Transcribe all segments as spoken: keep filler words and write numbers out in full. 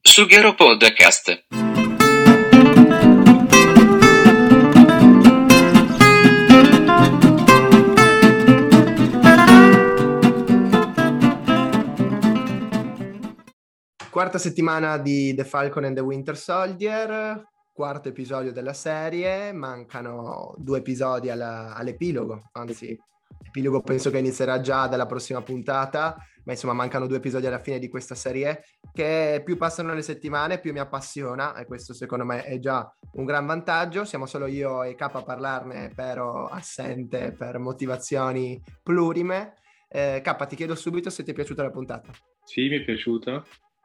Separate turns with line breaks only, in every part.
Sughero Podcast.
Quarta settimana di The Falcon and the Winter Soldier, quarto episodio della serie, mancano due episodi alla, all'epilogo, anzi l'epilogo penso che inizierà già dalla prossima puntata, ma insomma mancano due episodi alla fine di questa serie che più passano le settimane più mi appassiona e questo secondo me è già un gran vantaggio. Siamo solo io e K a parlarne, però assente per motivazioni plurime. eh, K, ti chiedo subito se ti è piaciuta la puntata.
Sì, mi è piaciuta.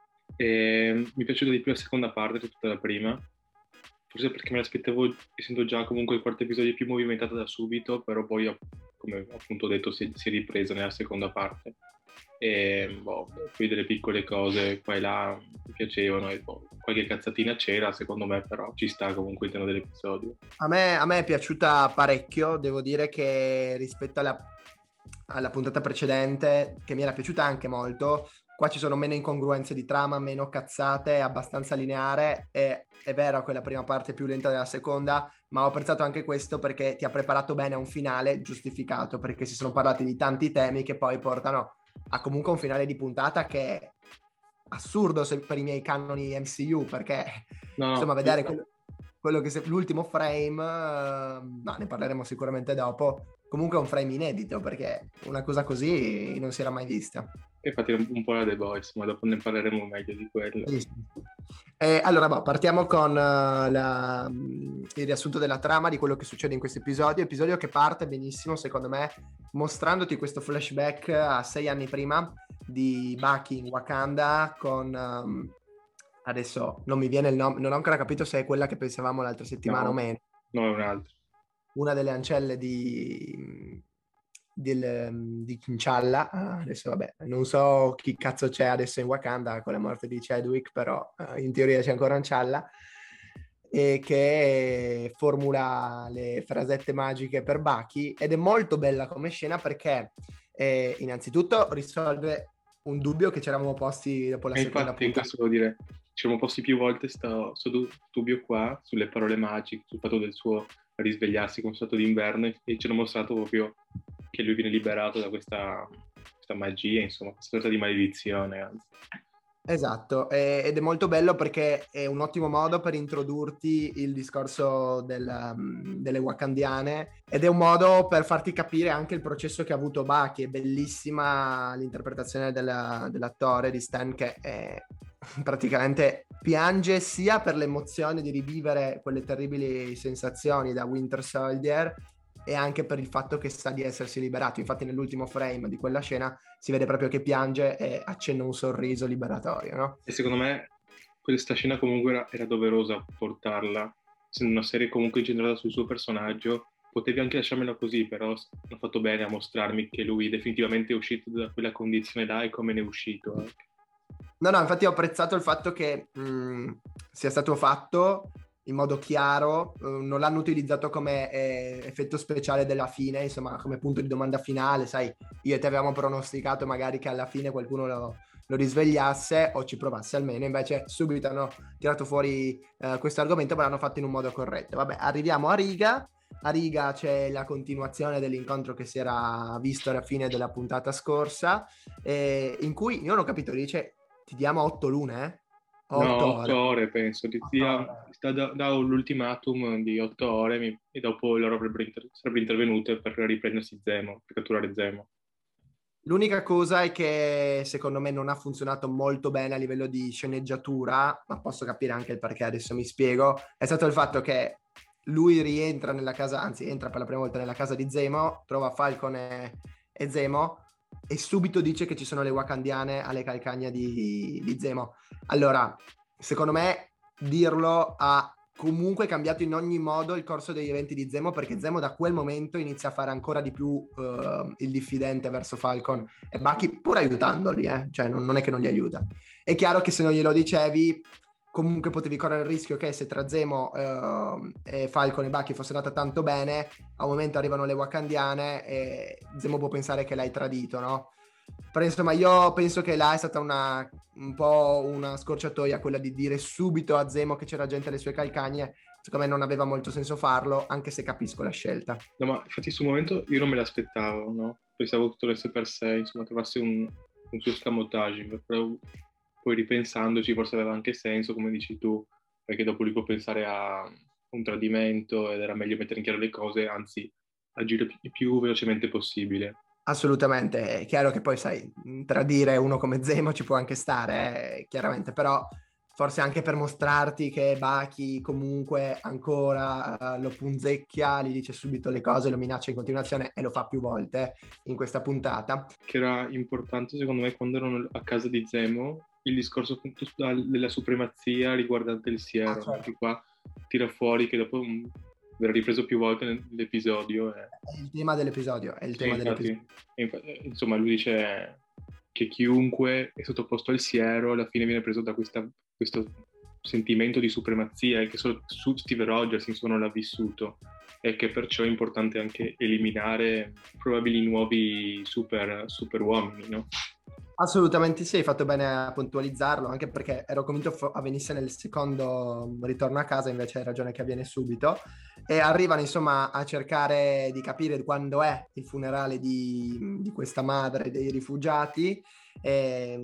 E mi è piaciuta di più la seconda parte rispetto alla prima, forse perché me l'aspettavo, essendo già comunque il quarto episodio più movimentato da subito, però poi, come appunto ho detto, si, si è ripresa nella seconda parte e boh, poi delle piccole cose qua e là mi piacevano e boh, qualche cazzatina c'era secondo me, però ci sta comunque all'interno dell'episodio.
A me, a me è piaciuta parecchio, devo dire che rispetto alla, alla puntata precedente, che mi era piaciuta anche molto, qua ci sono meno incongruenze di trama, meno cazzate, è abbastanza lineare. E è vero che la prima parte è più lenta della seconda, ma ho apprezzato anche questo perché ti ha preparato bene a un finale giustificato, perché si sono parlati di tanti temi che poi portano a comunque un finale di puntata che è assurdo se, per i miei canoni M C U, perché
no,
insomma
no,
vedere
no.
quello, quello che se, l'ultimo frame, uh, no, ne parleremo sicuramente dopo, comunque è un frame inedito perché una cosa così non si era mai vista.
Infatti un po' la The Boys, ma dopo ne parleremo meglio di quello.
Sì, sì. Eh, allora, boh, partiamo con uh, la, il riassunto della trama di quello che succede in questo episodio. Episodio che parte benissimo, secondo me, mostrandoti questo flashback a sei anni prima di Bucky in Wakanda con... Um, adesso non mi viene il nome, non ho ancora capito se è quella che pensavamo l'altra settimana
no,
o meno.
No, è un'altra.
Una delle ancelle di... Del, di T'Challa. Ah, adesso vabbè, non so chi cazzo c'è adesso in Wakanda con la morte di Chadwick, però uh, in teoria c'è ancora T'Challa, e che formula le frasette magiche per Bucky ed è molto bella come scena perché eh, innanzitutto risolve un dubbio che ci eravamo posti dopo la
e
seconda
infatti,
puntata.
questo vuol dire, ci siamo posti più volte sto, sto dubbio qua sulle parole magiche, sul fatto del suo risvegliarsi con stato d'inverno, e ci hanno mostrato proprio che lui viene liberato da questa, questa magia, insomma, questa sorta di maledizione, anzi.
Esatto, e, ed è molto bello perché è un ottimo modo per introdurti il discorso del, um, delle wakandiane ed è un modo per farti capire anche il processo che ha avuto Bucky. È bellissima l'interpretazione della, dell'attore di Stan, che è, praticamente piange sia per l'emozione di rivivere quelle terribili sensazioni da Winter Soldier e anche per il fatto che sa di essersi liberato. Infatti nell'ultimo frame di quella scena si vede proprio che piange e accenna un sorriso liberatorio, no?
E secondo me questa scena comunque era, era doverosa portarla, essendo una serie comunque incentrata sul suo personaggio. Potevi anche lasciarmela così, però hanno fatto bene a mostrarmi che lui definitivamente è uscito da quella condizione là e come ne è uscito anche.
No, no, infatti ho apprezzato il fatto che mh, sia stato fatto in modo chiaro, eh, non l'hanno utilizzato come eh, effetto speciale della fine, insomma come punto di domanda finale, sai, io e te avevamo pronosticato magari che alla fine qualcuno lo, lo risvegliasse o ci provasse almeno, invece subito hanno tirato fuori eh, questo argomento, ma l'hanno fatto in un modo corretto. Vabbè, arriviamo a Riga. A Riga c'è la continuazione dell'incontro che si era visto alla fine della puntata scorsa, eh, in cui io non ho capito, dice ti diamo otto lune, eh?
No, otto ore penso, ti, ti
ore.
da, da, da l'ultimatum di otto ore mi, e dopo loro avrebbero inter, sarebbero intervenute per riprendersi Zemo, per catturare Zemo.
L'unica cosa è che secondo me non ha funzionato molto bene a livello di sceneggiatura, ma posso capire anche il perché, adesso mi spiego, è stato il fatto che lui rientra nella casa, anzi entra per la prima volta nella casa di Zemo, trova Falcon e, e Zemo e subito dice che ci sono le wakandiane alle calcagna di, di Zemo. Allora, secondo me dirlo ha comunque cambiato in ogni modo il corso degli eventi di Zemo, perché Zemo da quel momento inizia a fare ancora di più uh, il diffidente verso Falcon e Bucky, pur aiutandoli, eh? Cioè non, non è che non li aiuta. È chiaro che se non glielo dicevi comunque potevi correre il rischio che se tra Zemo uh, e Falcon e Bucky fosse andata tanto bene, a un momento arrivano le wakandiane e Zemo può pensare che l'hai tradito, no? Però insomma io penso che là è stata una, un po' una scorciatoia quella di dire subito a Zemo che c'era gente alle sue calcagne. Secondo me non aveva molto senso farlo, anche se capisco la scelta.
No, ma infatti sul momento io non me l'aspettavo, no? Pensavo tutto avesse per sé, insomma, trovasse un, un suo escamotage, però poi ripensandoci forse aveva anche senso, come dici tu, perché dopo lui può pensare a un tradimento ed era meglio mettere in chiaro le cose, anzi agire più, più velocemente possibile.
Assolutamente, è chiaro che poi sai, tradire uno come Zemo ci può anche stare, eh, chiaramente, però forse anche per mostrarti che Baki comunque ancora uh, lo punzecchia, gli dice subito le cose, lo minaccia in continuazione e lo fa più volte in questa puntata.
Che era importante secondo me quando erano a casa di Zemo, il discorso appunto della supremazia riguardante il siero, ah, certo. Che qua tira fuori che dopo um, verrà ripreso più volte nell'episodio. È,
è il tema dell'episodio, è il
sì,
tema
infatti,
dell'episodio.
Infatti, insomma, lui dice che chiunque è sottoposto al siero alla fine viene preso da questa, questo sentimento di supremazia e che solo Steve Rogers insomma l'ha vissuto e che perciò è importante anche eliminare probabili nuovi super, super uomini, no?
Assolutamente sì, hai fatto bene a puntualizzarlo, anche perché ero convinto fo- avvenisse nel secondo ritorno a casa, invece hai ragione che avviene subito, e arrivano insomma a cercare di capire quando è il funerale di, di questa madre dei rifugiati, e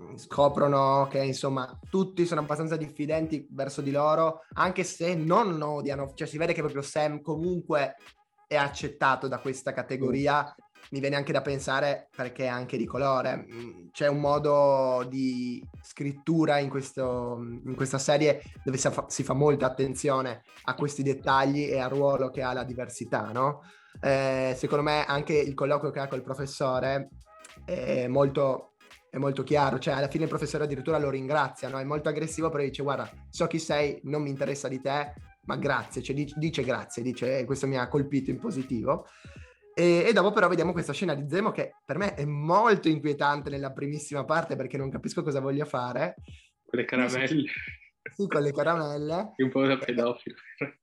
scoprono che insomma tutti sono abbastanza diffidenti verso di loro, anche se non odiano, cioè si vede che proprio Sam comunque è accettato da questa categoria. Mi viene anche da pensare perché è anche di colore. C'è un modo di scrittura in, questo, in questa serie dove si fa, si fa molta attenzione a questi dettagli e al ruolo che ha la diversità, no? Eh, secondo me anche il colloquio che ha col professore è molto, è molto chiaro, cioè alla fine il professore addirittura lo ringrazia, no? È molto aggressivo, però dice guarda, so chi sei, non mi interessa di te, ma grazie, cioè dice, dice grazie, dice questo mi ha colpito in positivo. E, e dopo però vediamo questa scena di Zemo che per me è molto inquietante nella primissima parte perché non capisco cosa voglia fare.
Con le caramelle.
Sì, con le caramelle.
È un po' da pedofilo.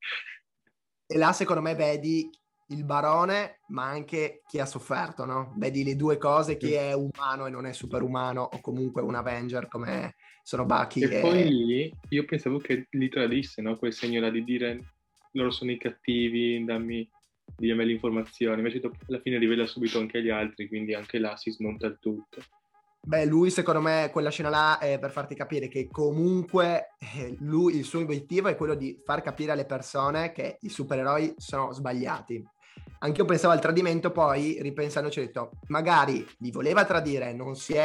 E là secondo me vedi il barone ma anche chi ha sofferto, no? Vedi le due cose, chi è umano e non è superumano o comunque un Avenger come sono Bucky.
E,
e
poi lì io pensavo che li tradisse, no? Quel segno là di dire loro sono i cattivi, dammi... diammi le informazioni, invece dopo, alla fine rivela subito anche gli altri, quindi anche là si smonta il tutto.
Beh, lui secondo me quella scena là è per farti capire che comunque eh, lui, il suo obiettivo è quello di far capire alle persone che i supereroi sono sbagliati. Anche io pensavo al tradimento, poi ripensandoci ho detto magari li voleva tradire, non si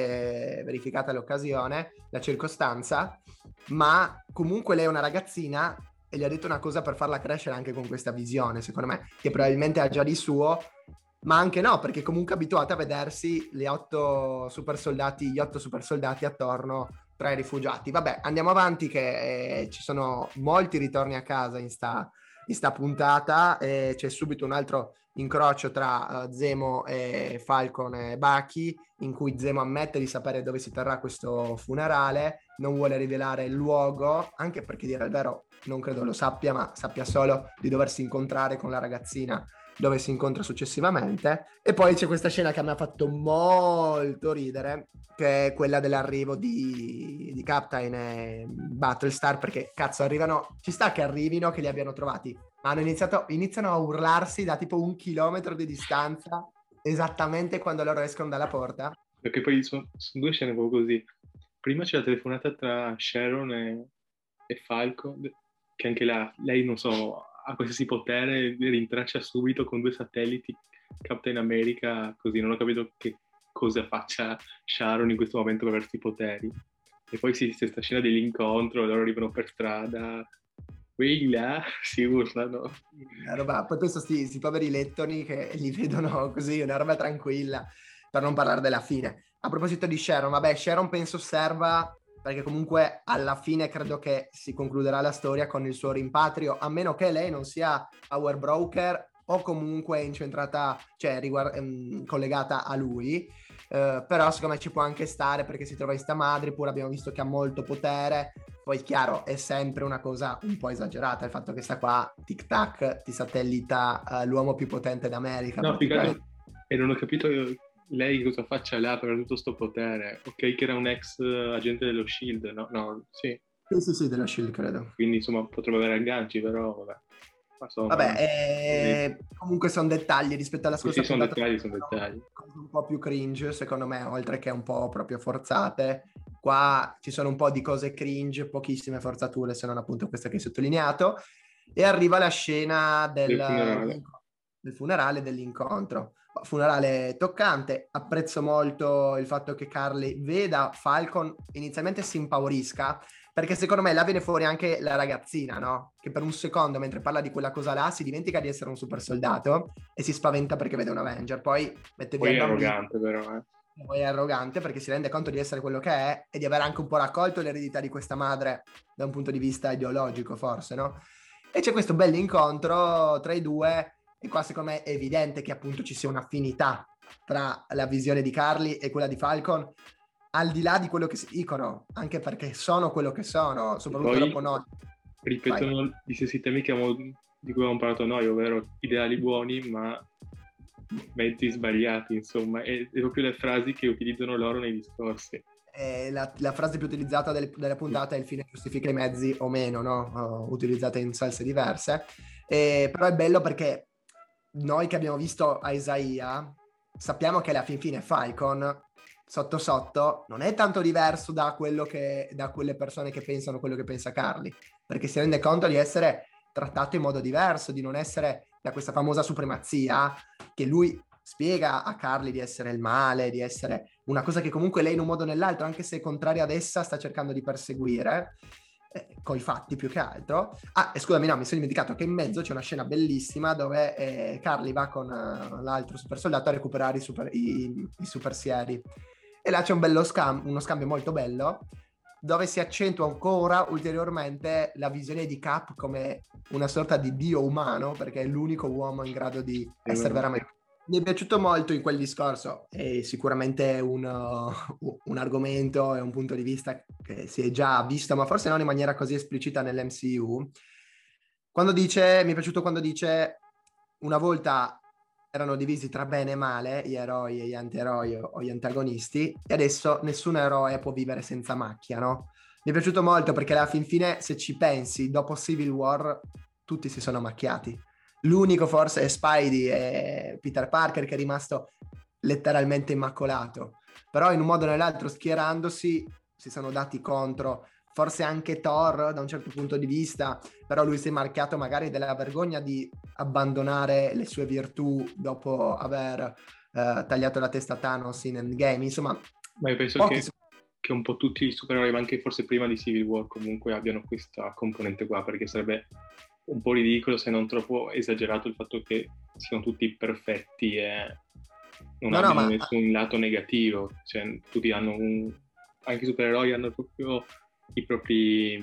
è verificata l'occasione, la circostanza, ma comunque lei è una ragazzina e gli ha detto una cosa per farla crescere anche con questa visione, secondo me, che probabilmente ha già di suo, ma anche no, perché comunque è abituata a vedersi le otto super soldati, gli otto super soldati attorno tra i rifugiati. Vabbè, andiamo avanti che eh, ci sono molti ritorni a casa in sta, in sta puntata, e c'è subito un altro incrocio tra uh, Zemo e Falcon e Bucky, in cui Zemo ammette di sapere dove si terrà questo funerale, non vuole rivelare il luogo, anche perché dire il vero non credo lo sappia, ma sappia solo di doversi incontrare con la ragazzina dove si incontra successivamente. E poi c'è questa scena che mi ha fatto molto ridere, che è quella dell'arrivo di, di Captain e Battlestar, perché cazzo arrivano, ci sta che arrivino, che li abbiano trovati, ma hanno iniziato, iniziano a urlarsi da tipo un chilometro di distanza esattamente quando loro escono dalla porta.
Perché poi sono, sono due scene proprio così. Prima c'è la telefonata tra Sharon e, e Falcon, che anche là, lei non so, ha qualsiasi potere, rintraccia subito con due satelliti Captain America, così non ho capito che cosa faccia Sharon in questo momento per aversi poteri. E poi si c'è questa scena dell'incontro, loro arrivano per strada, qui là si urlano.
Una roba, poi penso sti, sti poveri lettoni che li vedono così, una roba tranquilla, per non parlare della fine. A proposito di Sharon, vabbè, Sharon penso serva perché comunque alla fine credo che si concluderà la storia con il suo rimpatrio, a meno che lei non sia Power Broker o comunque incentrata, cioè riguard- ehm, collegata a lui, eh, però secondo me ci può anche stare perché si trova in sta madre, pure abbiamo visto che ha molto potere. Poi chiaro, è sempre una cosa un po' esagerata il fatto che sta qua, tic tac, ti satellita uh, l'uomo più potente d'America.
No, più che altro, e non ho capito lei cosa faccia là per tutto sto potere? Ok, che era un ex agente dello Shield, no? No, sì.
Sì, sì, sì, dello Shield, credo.
Quindi, insomma, potrebbe avere agganci, però, vabbè. Ma insomma,
Vabbè, eh, comunque sono dettagli rispetto alla
sì,
scorsa
sì, sono
puntata.
dettagli, sono dettagli.
Cose un po' più cringe, secondo me, oltre che un po' proprio forzate. Qua ci sono un po' di cose cringe, pochissime forzature, se non appunto questa che hai sottolineato. E arriva la scena del,
Del funerale.
del funerale, dell'incontro. Funerale toccante. Apprezzo molto il fatto che Carly veda Falcon, inizialmente si impaurisca, perché secondo me là viene fuori anche la ragazzina, no? Che per un secondo, mentre parla di quella cosa là, si dimentica di essere un super soldato e si spaventa perché vede un Avenger. Poi mette via
Poi
il
è
bambino.
arrogante, però, eh.
Poi è arrogante perché si rende conto di essere quello che è e di aver anche un po' raccolto l'eredità di questa madre da un punto di vista ideologico, forse, no? E c'è questo bell'incontro tra i due e qua secondo me è evidente che appunto ci sia un'affinità tra la visione di Carly e quella di Falcon, al di là di quello che si dicono, anche perché sono quello che sono, soprattutto
Poi
dopo noi.
ripetono
Vai.
gli stessi temi che abbiamo, di cui abbiamo parlato noi, ovvero ideali buoni, ma mezzi sbagliati, insomma, e, e proprio le frasi che utilizzano loro nei discorsi.
Eh, la, la frase più utilizzata delle, delle puntate è il fine giustifica i mezzi o meno, no? Uh, utilizzate in salse diverse. Eh, però è bello perché noi che abbiamo visto Isaiah sappiamo che alla fin fine Falcon sotto sotto non è tanto diverso da quello che da quelle persone che pensano quello che pensa Carly, perché si rende conto di essere trattato in modo diverso, di non essere da questa famosa supremazia che lui spiega a Carly di essere il male, di essere una cosa che comunque lei in un modo o nell'altro, anche se contraria ad essa, sta cercando di perseguire, eh, coi fatti più che altro. Ah, e scusami, no, mi sono dimenticato che in mezzo c'è una scena bellissima dove eh, Carly va con uh, l'altro super soldato a recuperare i super, i, i super sieri. E là c'è un bello scam- uno scambio molto bello, dove si accentua ancora ulteriormente la visione di Cap come una sorta di dio umano, perché è l'unico uomo in grado di essere veramente... Mi è piaciuto molto in quel discorso, è sicuramente un, uh, un argomento e un punto di vista che si è già visto, ma forse non in maniera così esplicita nell'M C U. Quando dice, mi è piaciuto quando dice, una volta erano divisi tra bene e male, gli eroi e gli antieroi o gli antagonisti, e adesso nessun eroe può vivere senza macchia, no? Mi è piaciuto molto perché alla fin fine, se ci pensi, dopo Civil War tutti si sono macchiati. L'unico forse è Spidey e Peter Parker che è rimasto letteralmente immacolato. Però in un modo o nell'altro schierandosi si sono dati contro. Forse anche Thor da un certo punto di vista, però lui si è marchiato magari della vergogna di abbandonare le sue virtù dopo aver eh, tagliato la testa a Thanos in Endgame. Insomma,
ma io penso che, sono... che un po' tutti i supereroi, ma anche forse prima di Civil War, comunque abbiano questa componente qua, perché sarebbe un po' ridicolo se non troppo esagerato il fatto che siano tutti perfetti e non no, abbiano no, ma... nessun lato negativo, cioè tutti hanno un... anche i supereroi hanno proprio i propri,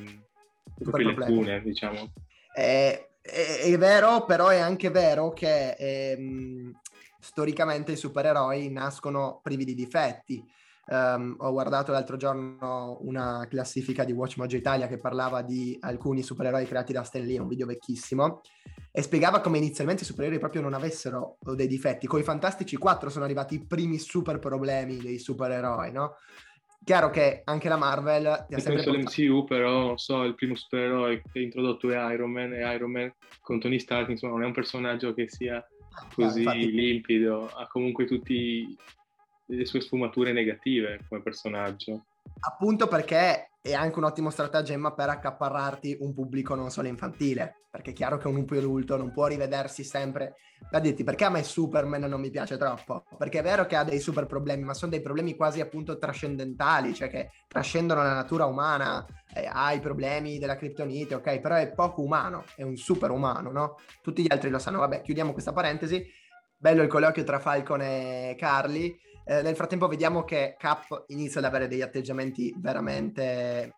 i propri lacune, diciamo.
È, è, è vero, però è anche vero che ehm, storicamente i supereroi nascono privi di difetti. Um, ho guardato l'altro giorno una classifica di WatchMojo Italia che parlava di alcuni supereroi creati da Stan Lee, un video vecchissimo, e spiegava come inizialmente i supereroi proprio non avessero dei difetti. Con i Fantastici quattro sono arrivati i primi super problemi dei supereroi, no? Chiaro che anche la Marvel
ti ha sempre penso portato... l'M C U, però non so, il primo supereroe che ha introdotto è Iron Man, e Iron Man con Tony Stark, insomma, non è un personaggio che sia così ah, infatti... limpido, ha comunque tutti le sue sfumature negative come personaggio.
Appunto perché è anche un ottimo stratagemma per accaparrarti un pubblico non solo infantile, perché è chiaro che un più adulto non può rivedersi sempre. Da dirti, perché a me Superman non mi piace troppo? Perché è vero che ha dei super problemi, ma sono dei problemi quasi appunto trascendentali, cioè che trascendono la natura umana, eh, ha i problemi della criptonite, ok? Però è poco umano, è un super umano, no? Tutti gli altri lo sanno. Vabbè, chiudiamo questa parentesi. Bello il colloquio tra Falcon e Carly. Eh, nel frattempo vediamo che Cap inizia ad avere degli atteggiamenti veramente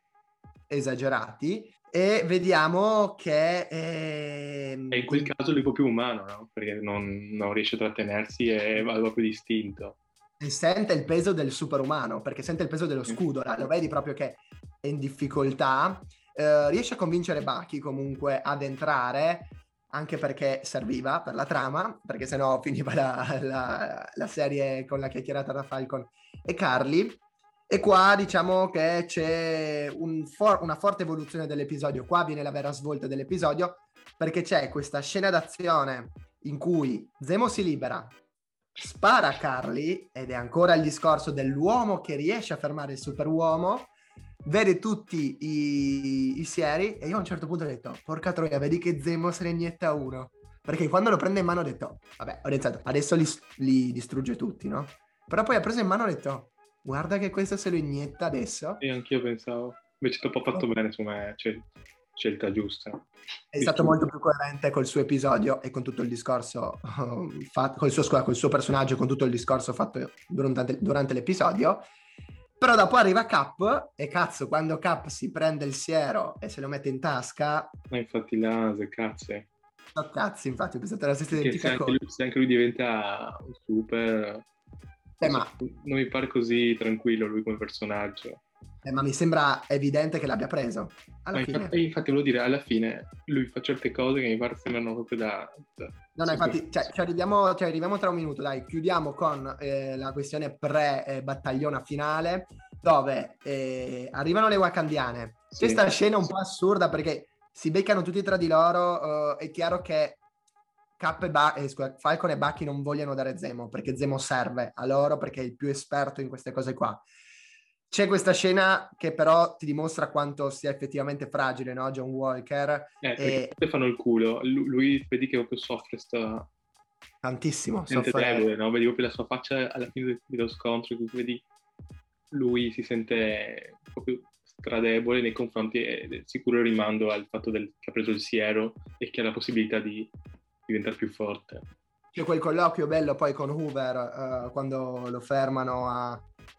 esagerati e vediamo che ehm...
e in quel caso lui è un po' più umano, no? Perché non, non riesce a trattenersi e va proprio distinto
e sente il peso del superumano, perché sente il peso dello scudo, lo vedi proprio che è in difficoltà, eh, riesce a convincere Bucky comunque ad entrare, anche perché serviva per la trama, perché sennò finiva la, la, la serie con la chiacchierata da Falcon e Carly. E qua diciamo che c'è un for- una forte evoluzione dell'episodio. Qua viene la vera svolta dell'episodio, perché c'è questa scena d'azione in cui Zemo si libera, spara a Carly, ed è ancora il discorso dell'uomo che riesce a fermare il superuomo, vede tutti i, i sieri, e io a un certo punto ho detto, porca troia, vedi che Zemo se ne inietta uno. Perché quando lo prende in mano ho detto, vabbè, ho pensato, adesso li, li distrugge tutti, no? Però poi ha preso in mano e ho detto, guarda che questo se lo inietta adesso.
E anch'io pensavo. Invece dopo ha fatto bene, secondo me, cioè, scelta giusta.
È stato molto più coerente col suo episodio e con tutto il discorso uh, fatto, col suo, scusa, col suo personaggio, con tutto il discorso fatto durante, durante l'episodio. Però dopo arriva Cap e cazzo, quando Cap si prende il siero e se lo mette in tasca...
Ma infatti là, se cazzo.
No, cazzo, infatti ho pensato alla stessa
Perché
identica
se anche,
cosa.
lui, se anche lui diventa un super...
Eh, ma...
Non mi pare così tranquillo lui come personaggio.
Eh, ma mi sembra evidente che l'abbia preso. Alla
Ma
fine.
infatti, infatti volevo dire, alla fine lui fa certe cose che mi pare sembrano proprio da... da
no, no, infatti, cioè, ci, arriviamo, ci arriviamo tra un minuto, dai, chiudiamo con eh, la questione pre-battagliona finale, dove eh, arrivano le wakandiane. C'è
Sì.
questa scena un po' assurda perché si beccano tutti tra di loro, uh, è chiaro che Cap e ba- eh, scusa, Falcon e Bucky non vogliono dare Zemo, perché Zemo serve a loro, perché è il più esperto in queste cose qua. C'è questa scena che però ti dimostra quanto sia effettivamente fragile, no? John Walker.
Eh, perché e... fanno il culo. Lui, lui vedi che proprio soffre, sta...
Tantissimo.
Sente
soffre...
debole, no? Vedi proprio la sua faccia alla fine dello scontro, vedi lui si sente proprio stradebole nei confronti e del sicuro rimando al fatto del, che ha preso il siero e che ha la possibilità di diventare più forte.
C'è quel colloquio bello poi con Hoover uh, quando lo fermano a...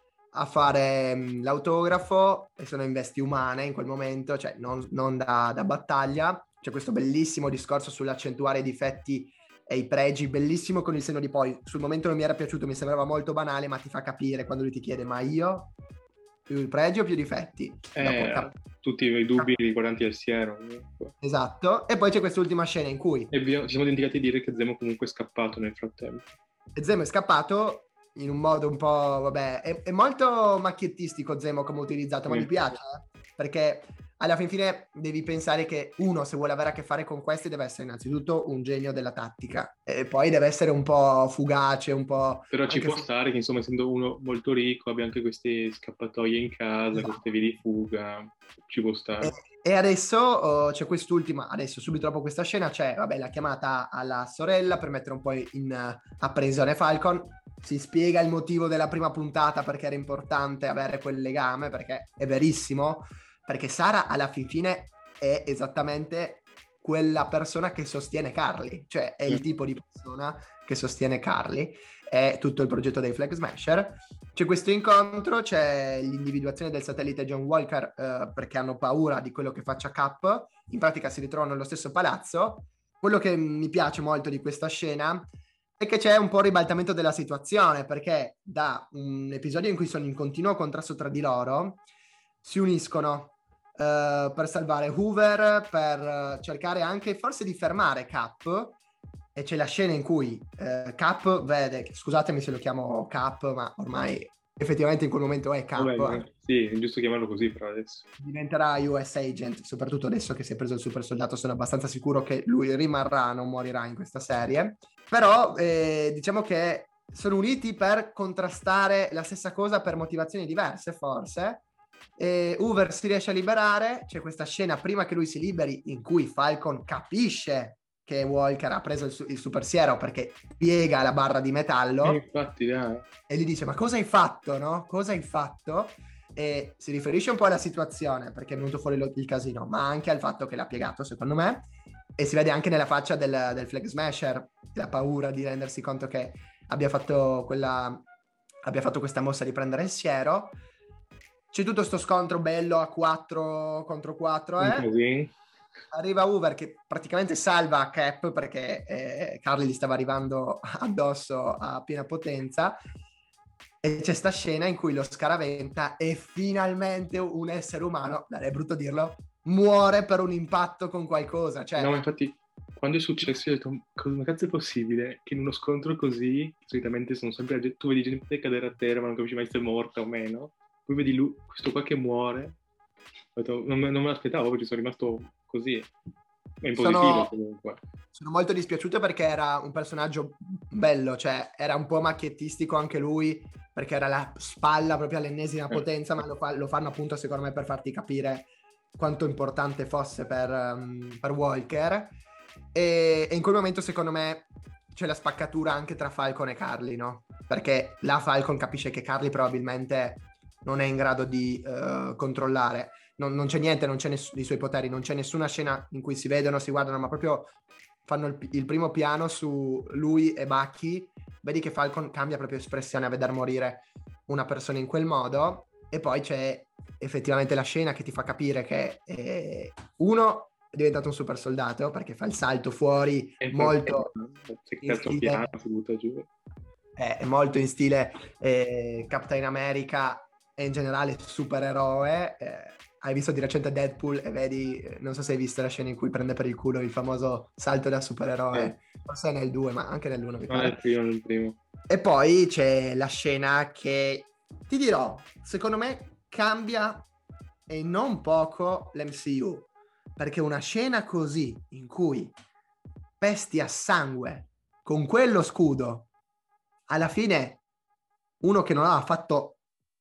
a fare mh, l'autografo, e sono in vesti umane in quel momento, cioè non, non da, da battaglia. C'è questo bellissimo discorso sull'accentuare i difetti e i pregi, bellissimo con il senno di poi. Sul momento non mi era piaciuto, mi sembrava molto banale, ma ti fa capire quando lui ti chiede, ma io più pregi o più difetti?
Eh, cap- tutti i dubbi riguardanti al siero. Comunque.
Esatto, e poi c'è quest'ultima scena in cui...
E ci siamo dimenticati di dire che Zemo comunque è scappato nel frattempo.
E Zemo è scappato in un modo un po', vabbè, è, è molto macchiettistico Zemo come utilizzato, ma mi piace, eh? Perché alla fin fine devi pensare che uno, se vuole avere a che fare con questi, deve essere innanzitutto un genio della tattica e poi deve essere un po' fugace, un po'...
Però ci può
se...
stare che, insomma, essendo uno molto ricco, abbia anche queste scappatoie in casa, esatto. Queste vie di fuga, ci può stare.
E, e adesso oh, c'è quest'ultima, adesso subito dopo questa scena c'è, vabbè, la chiamata alla sorella per mettere un po' in uh, apprensione Falcon. Si spiega il motivo della prima puntata, perché era importante avere quel legame, perché è verissimo, perché Sara alla fin fine è esattamente quella persona che sostiene Carly, cioè è il tipo di persona che sostiene Carly, è tutto il progetto dei Flag Smasher. C'è questo incontro, c'è l'individuazione del satellite John Walker eh, perché hanno paura di quello che faccia Cap, in pratica si ritrovano nello stesso palazzo. Quello che mi piace molto di questa scena è che c'è un po' il ribaltamento della situazione, perché da un episodio in cui sono in continuo contrasto tra di loro si uniscono uh, per salvare Hoover, per cercare anche forse di fermare Cap, e c'è la scena in cui uh, Cap vede, scusatemi se lo chiamo Cap, ma ormai effettivamente in quel momento è Cap.
Vabbè, sì, è giusto chiamarlo così però adesso.
Diventerà U S Agent, soprattutto adesso che si è preso il super soldato, sono abbastanza sicuro che lui rimarrà, non morirà in questa serie. Però eh, diciamo che sono uniti per contrastare la stessa cosa per motivazioni diverse forse. E Hoover si riesce a liberare, c'è questa scena prima che lui si liberi in cui Falcon capisce che Walker ha preso il, su- il super siero perché piega la barra di metallo
eh, infatti, dai.
E gli dice ma cosa hai fatto, no? Cosa hai fatto? E si riferisce un po' alla situazione perché è venuto fuori lo- il casino, ma anche al fatto che l'ha piegato secondo me, e si vede anche nella faccia del, del Flag Smasher la paura di rendersi conto che abbia fatto quella abbia fatto questa mossa di prendere il siero. C'è tutto sto scontro bello a quattro contro quattro, eh? Arriva Hoover che praticamente salva Cap perché eh, Carly gli stava arrivando addosso a piena potenza, e c'è sta scena in cui lo scaraventa e finalmente un essere umano, è brutto dirlo, muore per un impatto con qualcosa, cioè...
No, infatti quando è successo, ho detto, come cazzo è possibile che in uno scontro così, solitamente sono sempre, tu vedi gente cadere a terra, ma non capisci mai se è morta o meno, poi vedi lui, questo qua che muore, ho detto, non, me- non me l'aspettavo, perché sono rimasto così, è in positivo
Sono,
comunque.
sono molto dispiaciuto perché era un personaggio bello, cioè era un po' macchiettistico anche lui, perché era la spalla proprio all'ennesima
Eh.
potenza, ma lo, fa- lo fanno appunto secondo me per farti capire quanto importante fosse per, um, per Walker. E, e in quel momento secondo me c'è la spaccatura anche tra Falcon e Carly, no? Perché la Falcon capisce che Carly probabilmente non è in grado di uh, controllare. Non, non c'è niente, non c'è ness- dei suoi poteri, non c'è nessuna scena in cui si vedono, si guardano, ma proprio fanno il, il primo piano su lui e Bucky. Vedi che Falcon cambia proprio espressione a veder morire una persona in quel modo, e poi c'è effettivamente la scena che ti fa capire che eh, uno è diventato un super soldato perché fa il salto fuori
È
molto
il
in
terzo piano,
stile,
si butta giù.
è, è molto in stile eh, Captain America e in generale supereroe. Eh, hai visto di recente Deadpool e vedi, eh, non so se hai visto la scena in cui prende per il culo il famoso salto da supereroe,
Eh,
forse è nel due, ma anche nell'uno mi
non è il
pare.
primo, non è il primo.
E poi c'è la scena che, ti dirò, secondo me cambia e non poco l'M C U, perché una scena così in cui pesti a sangue con quello scudo, alla fine uno che non aveva fatto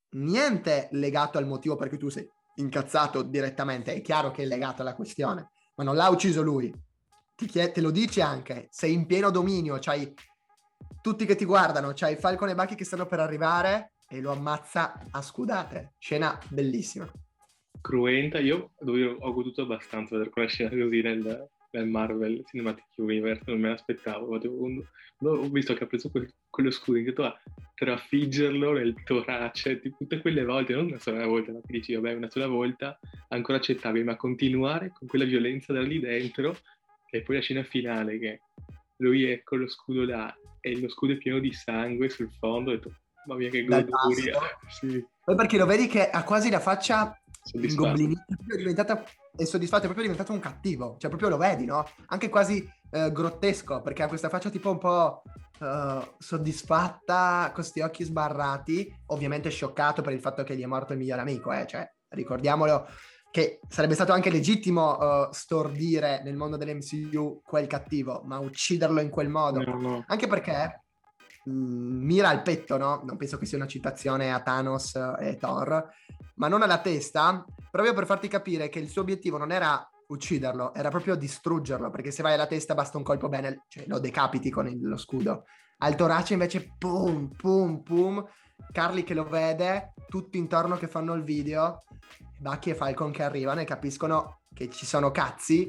niente legato al motivo per cui tu sei incazzato direttamente, è chiaro che è legato alla questione, ma non l'ha ucciso lui, ti chied- te lo dice anche, sei in pieno dominio, c'hai tutti che ti guardano, c'hai Falcon e Bucky che stanno per arrivare e lo ammazza a scudate. Scena bellissima.
Cruenta, io dove ho goduto abbastanza vedere quella scena così nel, nel Marvel Cinematic Universe, non me l'aspettavo. Quando ho visto che ha preso quel, quello scudo, che a trafiggerlo nel torace, tipo, tutte quelle volte, non una sola volta, no? Che dici, vabbè, una sola volta ancora accettabile, ma continuare con quella violenza da lì dentro, e poi la scena finale che lui è con lo scudo là e lo scudo è pieno di sangue sul fondo, ho detto, mamma mia che
Dal
goduria.
basso.
Sì,
Poi perché lo vedi che ha quasi la faccia
soddisfatto.
ingoblinita, è proprio diventata è soddisfatto, è proprio diventato un cattivo, cioè proprio lo vedi, no? Anche quasi eh, grottesco, perché ha questa faccia tipo un po' eh, soddisfatta, con questi occhi sbarrati, ovviamente scioccato per il fatto che gli è morto il migliore amico, eh? Cioè, ricordiamolo che sarebbe stato anche legittimo uh, stordire nel mondo dell'M C U quel cattivo, ma ucciderlo in quel modo,
No, no.
anche perché mh, mira al petto, no? Non penso che sia una citazione a Thanos e Thor, ma non alla testa, proprio per farti capire che il suo obiettivo non era ucciderlo, era proprio distruggerlo, perché se vai alla testa basta un colpo bene, cioè lo decapiti con il, lo scudo. Al torace invece pum, pum, pum, Carly che lo vede, tutti intorno che fanno il video, Bucky e Falcon che arrivano e capiscono che ci sono cazzi,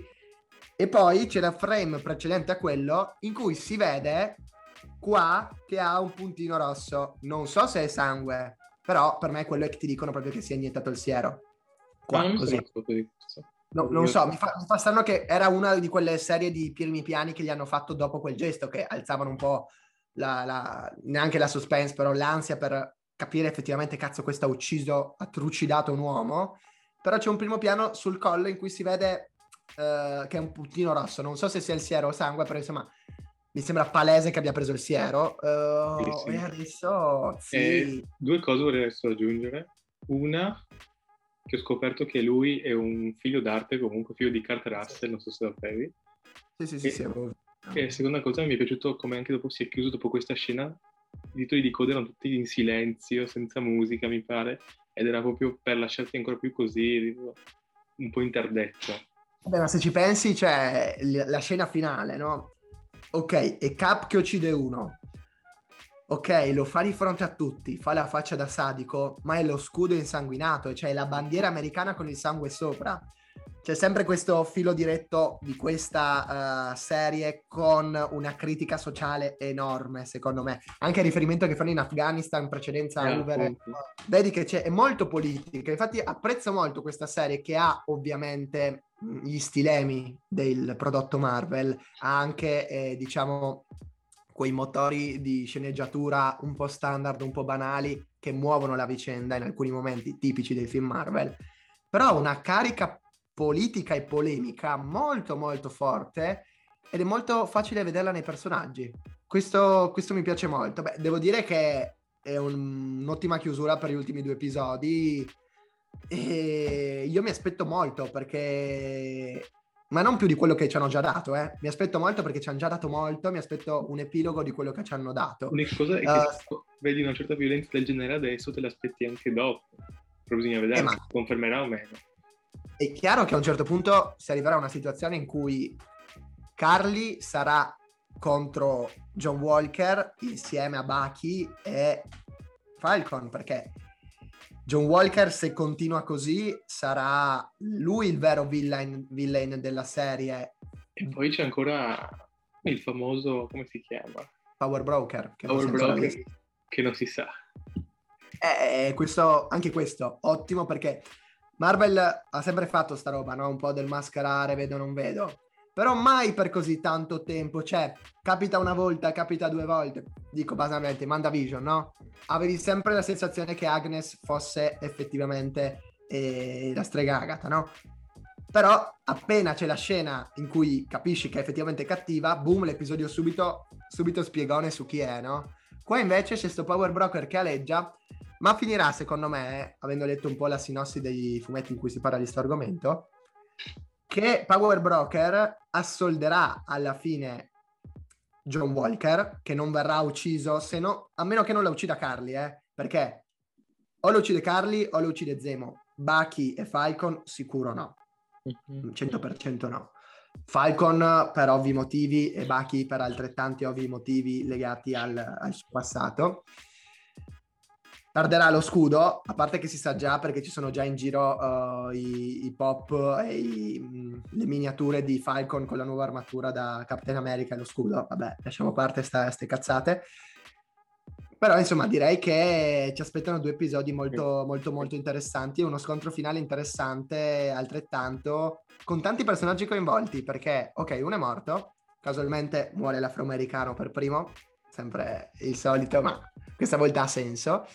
e poi c'è la frame precedente a quello in cui si vede qua che ha un puntino rosso, non so se è sangue, però per me è quello che ti dicono proprio che si è iniettato il siero
No,
qua,
non mi
così.
sono accorto di questo.
No, non so, mi fa, mi fa strano che era una di quelle serie di primi piani che gli hanno fatto dopo quel gesto, che alzavano un po' la, la, neanche la suspense, però l'ansia per capire effettivamente, cazzo, questo ha ucciso, ha trucidato un uomo. Però c'è un primo piano sul collo in cui si vede uh, che è un puntino rosso, non so se sia il siero o sangue, però insomma mi sembra palese che abbia preso il siero. Uh,
Sì, sì.
e adesso sì.
E due cose vorrei adesso aggiungere. Una, che ho scoperto che lui è un figlio d'arte, comunque figlio di Kurt Russell, non so se lo sapevi.
Sì, sì, sì,
E,
sì, avevo...
e seconda cosa, mi è piaciuto come anche dopo si è chiuso dopo questa scena, i titoli di coda erano tutti in silenzio, senza musica, mi pare, ed era proprio per lasciarti ancora più così, un po' interdetto.
Vabbè, ma se ci pensi, c'è la scena finale, no? Ok, è Cap che uccide uno. Ok, lo fa di fronte a tutti, fa la faccia da sadico, ma è lo scudo insanguinato, cioè la bandiera americana con il sangue sopra. C'è sempre questo filo diretto di questa uh, serie con una critica sociale enorme, secondo me. Anche il riferimento che fanno in Afghanistan in precedenza a
Eh,
Hoover.
appunto.
Vedi che c'è, è molto politica. Infatti apprezzo molto questa serie che ha ovviamente gli stilemi del prodotto Marvel, ha anche, eh, diciamo, quei motori di sceneggiatura un po' standard, un po' banali, che muovono la vicenda in alcuni momenti tipici dei film Marvel. Però una carica politica e polemica molto molto forte, ed è molto facile vederla nei personaggi. Questo, questo mi piace molto. Beh, devo dire che è un, un'ottima chiusura per gli ultimi due episodi e io mi aspetto molto perché... Ma non più di quello che ci hanno già dato, eh. Mi aspetto molto perché ci hanno già dato molto, mi aspetto un epilogo di quello che ci hanno dato.
L'unica cosa è che
Uh,
se vedi una certa violenza del genere adesso, te l'aspetti anche dopo. Però bisogna vedere
eh, ma...
se confermerà o meno.
È chiaro che a un certo punto si arriverà a una situazione in cui Carly sarà contro John Walker insieme a Bucky e Falcon, perché John Walker, se continua così, sarà lui il vero villain, villain della serie.
E poi c'è ancora il famoso, come si chiama?
Power Broker. Che
Power
non si
Broker, che non si sa.
Eh, questo, anche questo, ottimo, perché Marvel ha sempre fatto sta roba, no? Un po' del mascherare, vedo non vedo. Però mai per così tanto tempo, cioè, capita una volta, capita due volte, dico basamente, MandaVision, no? Avevi sempre la sensazione che Agnes fosse effettivamente eh, la strega Agatha, no? Però appena c'è la scena in cui capisci che è effettivamente cattiva, boom, l'episodio subito, subito spiegone su chi è, no? Qua invece c'è sto Power Broker che aleggia, ma finirà, secondo me, avendo letto un po' la sinossi dei fumetti in cui si parla di questo argomento, che Power Broker assolderà alla fine John Walker, che non verrà ucciso, se no, a meno che non la uccida Carly, eh, perché o lo uccide Carly o lo uccide Zemo. Bucky e Falcon sicuro no, cento per cento no. Falcon per ovvi motivi e Bucky per altrettanti ovvi motivi legati al, al suo passato. Perderà lo scudo, a parte che si sa già perché ci sono già in giro uh, i, i pop e i, mh, le miniature di Falcon con la nuova armatura da Captain America e lo scudo. Vabbè, lasciamo a parte ste cazzate. Però insomma direi che ci aspettano due episodi molto molto molto interessanti e uno scontro finale interessante altrettanto, con tanti personaggi coinvolti, perché ok, uno è morto, casualmente muore l'afroamericano per primo, sempre il solito, ma questa volta ha senso.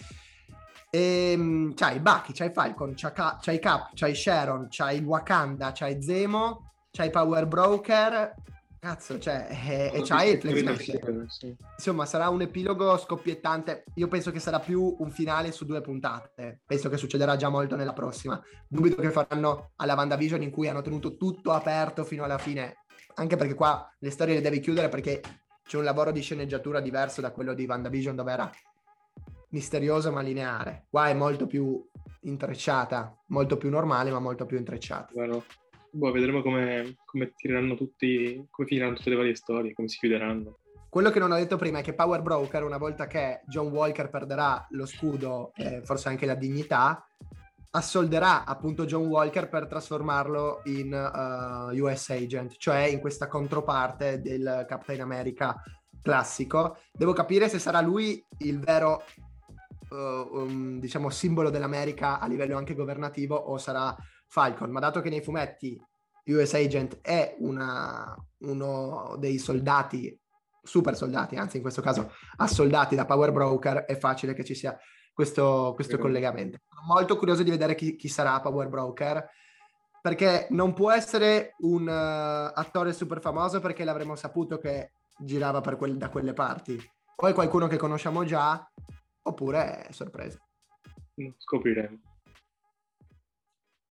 E, c'hai Bucky, c'hai Falcon, c'hai, Ka- c'hai Cap, c'hai Sharon, c'hai il Wakanda, c'hai Zemo, c'hai Power Broker, cazzo, cioè, e, e c'hai il Flex Master.
Sì.
Insomma, sarà un epilogo scoppiettante. Io penso che sarà più un finale su due puntate. Penso che succederà già molto nella prossima. Dubito che faranno alla WandaVision, in cui hanno tenuto tutto aperto fino alla fine. Anche perché qua le storie le devi chiudere, perché c'è un lavoro di sceneggiatura diverso da quello di WandaVision, dove era misterioso ma lineare. Qua è molto più intrecciata, molto più normale ma molto più intrecciata.
Bueno, boh, vedremo come, come tireranno tutti, come finiranno tutte le varie storie, come si chiuderanno.
Quello che non ho detto prima è che Power Broker, una volta che John Walker perderà lo scudo e forse anche la dignità, assolderà appunto John Walker per trasformarlo in uh, U S Agent, cioè in questa controparte del Captain America classico. Devo capire se sarà lui il vero Uh, um, diciamo simbolo dell'America a livello anche governativo o sarà Falcon, ma dato che nei fumetti U S Agent è una, uno dei soldati, super soldati, anzi in questo caso assoldati da Power Broker, è facile che ci sia questo, questo mm. collegamento. Sono molto curioso di vedere chi, chi sarà Power Broker, perché non può essere un uh, attore super famoso, perché l'avremmo saputo che girava per quel, da quelle parti, o è qualcuno che conosciamo già, oppure è sorpresa.
Scopriremo.